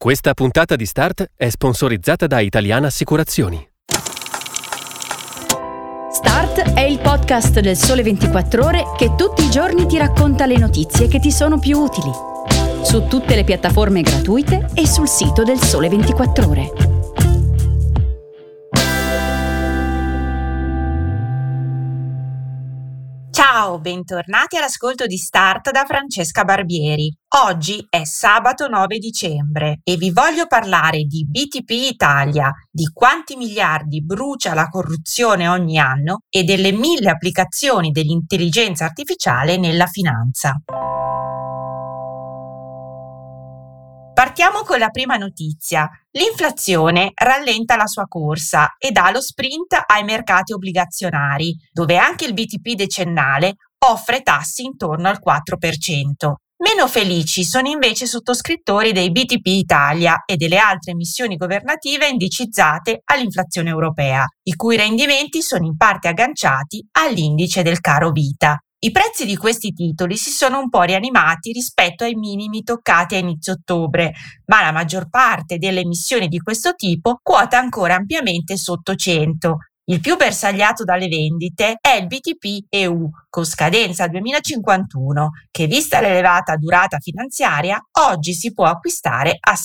Questa puntata di Start è sponsorizzata da Italiana Assicurazioni. Start è il podcast del Sole 24 Ore che tutti i giorni ti racconta le notizie che ti sono più utili. Su tutte le piattaforme gratuite e sul sito del Sole 24 Ore. Ciao, bentornati all'ascolto di Start da Francesca Barbieri. Oggi è sabato 9 dicembre e vi voglio parlare di BTP Italia, di quanti miliardi brucia la corruzione ogni anno e delle 1000 applicazioni dell'intelligenza artificiale nella finanza. Partiamo con la prima notizia. L'inflazione rallenta la sua corsa e dà lo sprint ai mercati obbligazionari, dove anche il BTP decennale offre tassi intorno al 4%. Meno felici sono invece i sottoscrittori dei BTP Italia e delle altre emissioni governative indicizzate all'inflazione europea, i cui rendimenti sono in parte agganciati all'indice del caro vita. I prezzi di questi titoli si sono un po' rianimati rispetto ai minimi toccati a inizio ottobre, ma la maggior parte delle emissioni di questo tipo quota ancora ampiamente sotto 100. Il più bersagliato dalle vendite è il BTP EU, con scadenza 2051, che vista l'elevata durata finanziaria, oggi si può acquistare a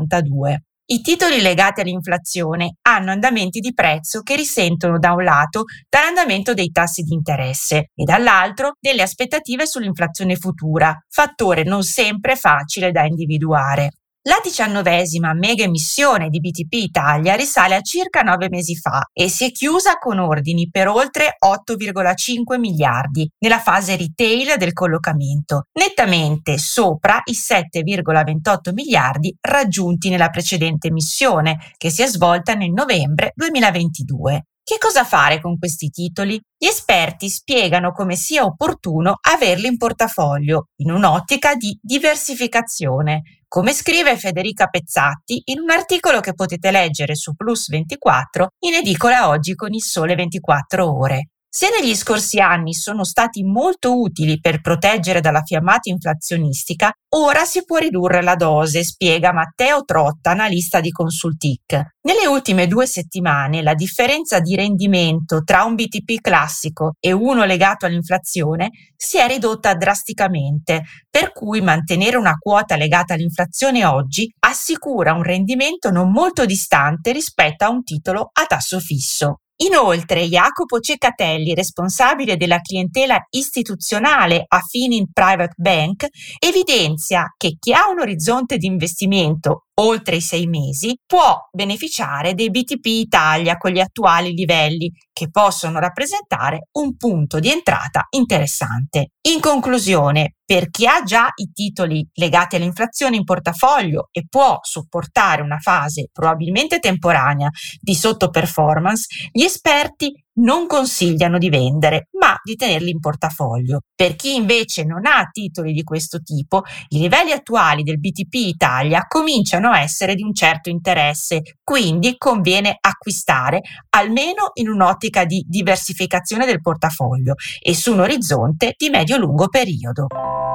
62. I titoli legati all'inflazione hanno andamenti di prezzo che risentono da un lato dall'andamento dei tassi di interesse e dall'altro delle aspettative sull'inflazione futura, fattore non sempre facile da individuare. La 19ª mega emissione di BTP Italia risale a circa 9 mesi fa e si è chiusa con ordini per oltre 8,5 miliardi nella fase retail del collocamento, nettamente sopra i 7,28 miliardi raggiunti nella precedente emissione, che si è svolta nel novembre 2022. Che cosa fare con questi titoli? Gli esperti spiegano come sia opportuno averli in portafoglio, in un'ottica di diversificazione, come scrive Federica Pezzatti in un articolo che potete leggere su Plus 24 in edicola oggi con il Sole 24 Ore. Se negli scorsi anni sono stati molto utili per proteggere dalla fiammata inflazionistica, ora si può ridurre la dose, spiega Matteo Trotta, analista di Consultic. Nelle ultime 2 settimane la differenza di rendimento tra un BTP classico e uno legato all'inflazione si è ridotta drasticamente, per cui mantenere una quota legata all'inflazione oggi assicura un rendimento non molto distante rispetto a un titolo a tasso fisso. Inoltre, Jacopo Ceccatelli, responsabile della clientela istituzionale a Finin Private Bank, evidenzia che chi ha un orizzonte di investimento oltre i 6 mesi può beneficiare dei BTP Italia con gli attuali livelli, che possono rappresentare un punto di entrata interessante. In conclusione, per chi ha già i titoli legati all'inflazione in portafoglio e può sopportare una fase probabilmente temporanea di sottoperformance, gli esperti non consigliano di vendere, ma di tenerli in portafoglio. Per chi invece non ha titoli di questo tipo, i livelli attuali del BTP Italia cominciano a essere di un certo interesse, quindi conviene acquistare almeno in un'ottica di diversificazione del portafoglio e su un orizzonte di medio-lungo periodo.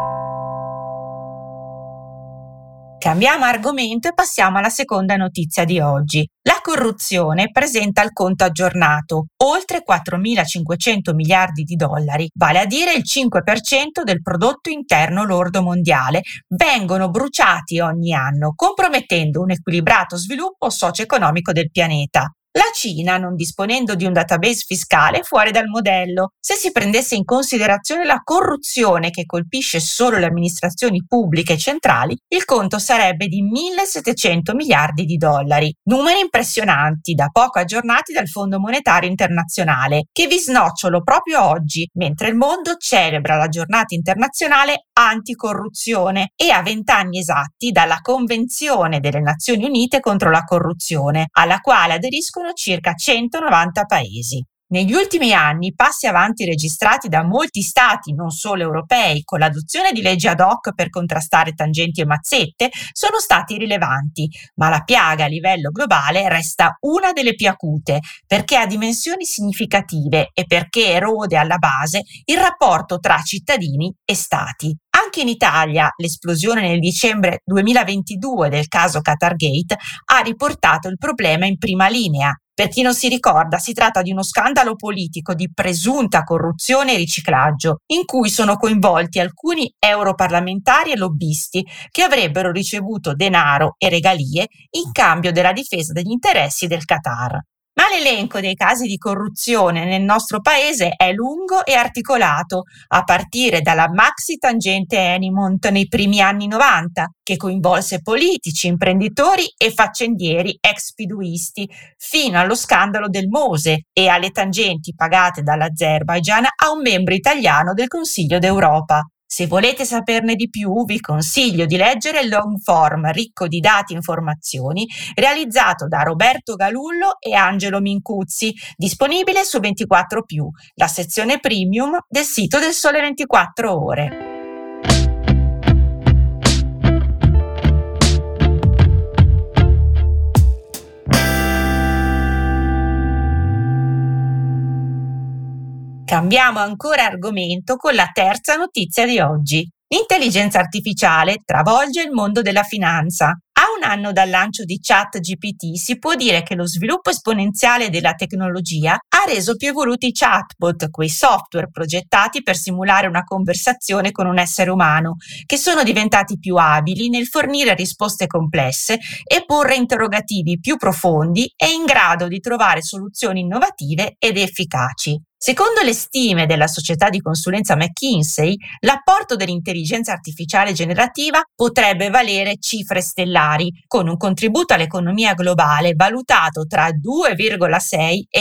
Cambiamo argomento e passiamo alla seconda notizia di oggi. La corruzione presenta il conto aggiornato, oltre 4.500 miliardi di dollari, vale a dire il 5% del prodotto interno lordo mondiale, vengono bruciati ogni anno, compromettendo un equilibrato sviluppo socio-economico del pianeta. La Cina, non disponendo di un database fiscale, è fuori dal modello. Se si prendesse in considerazione la corruzione che colpisce solo le amministrazioni pubbliche centrali, il conto sarebbe di 1.700 miliardi di dollari. Numeri impressionanti, da poco aggiornati dal Fondo Monetario Internazionale, che vi snocciolo proprio oggi, mentre il mondo celebra la giornata internazionale anticorruzione e a 20 anni esatti dalla Convenzione delle Nazioni Unite contro la corruzione, alla quale aderiscono circa 190 paesi. Negli ultimi anni, passi avanti registrati da molti stati, non solo europei, con l'adozione di leggi ad hoc per contrastare tangenti e mazzette, sono stati rilevanti, ma la piaga a livello globale resta una delle più acute, perché ha dimensioni significative e perché erode alla base il rapporto tra cittadini e stati. Anche in Italia l'esplosione nel dicembre 2022 del caso Qatargate ha riportato il problema in prima linea. Per chi non si ricorda, si tratta di uno scandalo politico di presunta corruzione e riciclaggio, in cui sono coinvolti alcuni europarlamentari e lobbisti che avrebbero ricevuto denaro e regalie in cambio della difesa degli interessi del Qatar. Ma l'elenco dei casi di corruzione nel nostro paese è lungo e articolato, a partire dalla maxi tangente Enimont nei primi anni 90, che coinvolse politici, imprenditori e faccendieri ex piduisti, fino allo scandalo del Mose e alle tangenti pagate dall'Azerbaigian a un membro italiano del Consiglio d'Europa. Se volete saperne di più, vi consiglio di leggere il long form ricco di dati e informazioni realizzato da Roberto Galullo e Angelo Mincuzzi, disponibile su 24+, la sezione premium del sito del Sole 24 Ore. Cambiamo ancora argomento con la terza notizia di oggi. L'intelligenza artificiale travolge il mondo della finanza. A un anno dal lancio di ChatGPT si può dire che lo sviluppo esponenziale della tecnologia ha reso più evoluti i chatbot, quei software progettati per simulare una conversazione con un essere umano, che sono diventati più abili nel fornire risposte complesse e porre interrogativi più profondi e in grado di trovare soluzioni innovative ed efficaci. Secondo le stime della società di consulenza McKinsey, l'apporto dell'intelligenza artificiale generativa potrebbe valere cifre stellari, con un contributo all'economia globale valutato tra 2,6 e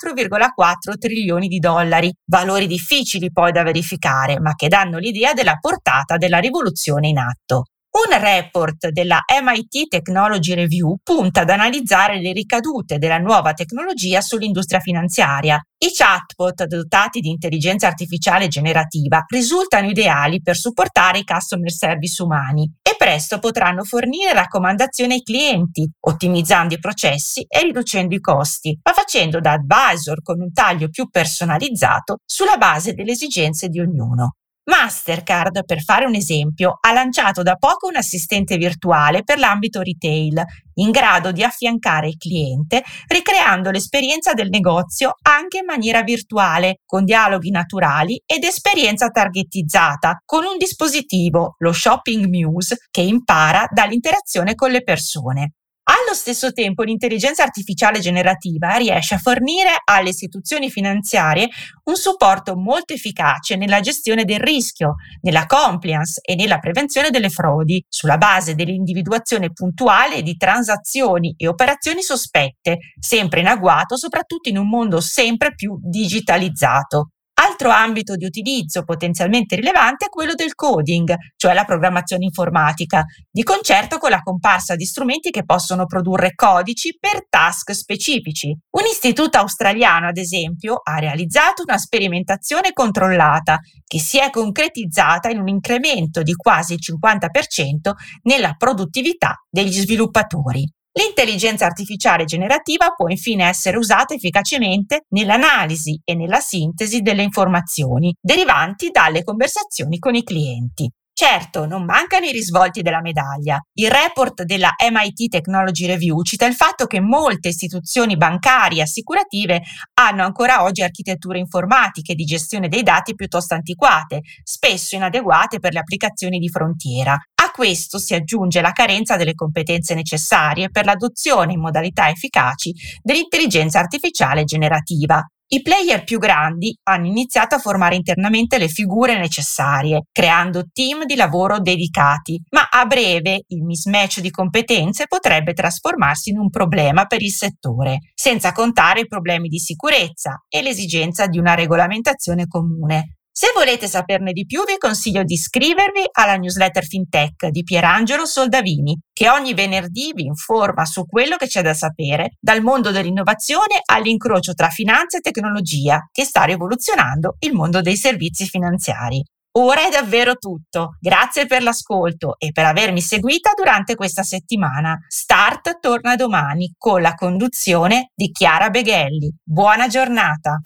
4,4 trilioni di dollari, valori difficili poi da verificare, ma che danno l'idea della portata della rivoluzione in atto. Un report della MIT Technology Review punta ad analizzare le ricadute della nuova tecnologia sull'industria finanziaria. I chatbot dotati di intelligenza artificiale generativa risultano ideali per supportare i customer service umani e presto potranno fornire raccomandazioni ai clienti, ottimizzando i processi e riducendo i costi, ma facendo da advisor con un taglio più personalizzato sulla base delle esigenze di ognuno. Mastercard, per fare un esempio, ha lanciato da poco un assistente virtuale per l'ambito retail, in grado di affiancare il cliente, ricreando l'esperienza del negozio anche in maniera virtuale, con dialoghi naturali ed esperienza targetizzata, con un dispositivo, lo Shopping Muse, che impara dall'interazione con le persone. Allo stesso tempo, l'intelligenza artificiale generativa riesce a fornire alle istituzioni finanziarie un supporto molto efficace nella gestione del rischio, nella compliance e nella prevenzione delle frodi, sulla base dell'individuazione puntuale di transazioni e operazioni sospette, sempre in agguato, soprattutto in un mondo sempre più digitalizzato. Altro ambito di utilizzo potenzialmente rilevante è quello del coding, cioè la programmazione informatica, di concerto con la comparsa di strumenti che possono produrre codici per task specifici. Un istituto australiano, ad esempio, ha realizzato una sperimentazione controllata che si è concretizzata in un incremento di quasi il 50% nella produttività degli sviluppatori. L'intelligenza artificiale generativa può infine essere usata efficacemente nell'analisi e nella sintesi delle informazioni derivanti dalle conversazioni con i clienti. Certo, non mancano i risvolti della medaglia. Il report della MIT Technology Review cita il fatto che molte istituzioni bancarie e assicurative hanno ancora oggi architetture informatiche di gestione dei dati piuttosto antiquate, spesso inadeguate per le applicazioni di frontiera. A questo si aggiunge la carenza delle competenze necessarie per l'adozione in modalità efficaci dell'intelligenza artificiale generativa. I player più grandi hanno iniziato a formare internamente le figure necessarie, creando team di lavoro dedicati, ma a breve il mismatch di competenze potrebbe trasformarsi in un problema per il settore, senza contare i problemi di sicurezza e l'esigenza di una regolamentazione comune. Se volete saperne di più, vi consiglio di iscrivervi alla newsletter FinTech di Pierangelo Soldavini, che ogni venerdì vi informa su quello che c'è da sapere dal mondo dell'innovazione all'incrocio tra finanza e tecnologia, che sta rivoluzionando il mondo dei servizi finanziari. Ora è davvero tutto. Grazie per l'ascolto e per avermi seguita durante questa settimana. Start torna domani con la conduzione di Chiara Beghelli. Buona giornata!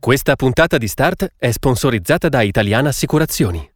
Questa puntata di Start è sponsorizzata da Italiana Assicurazioni.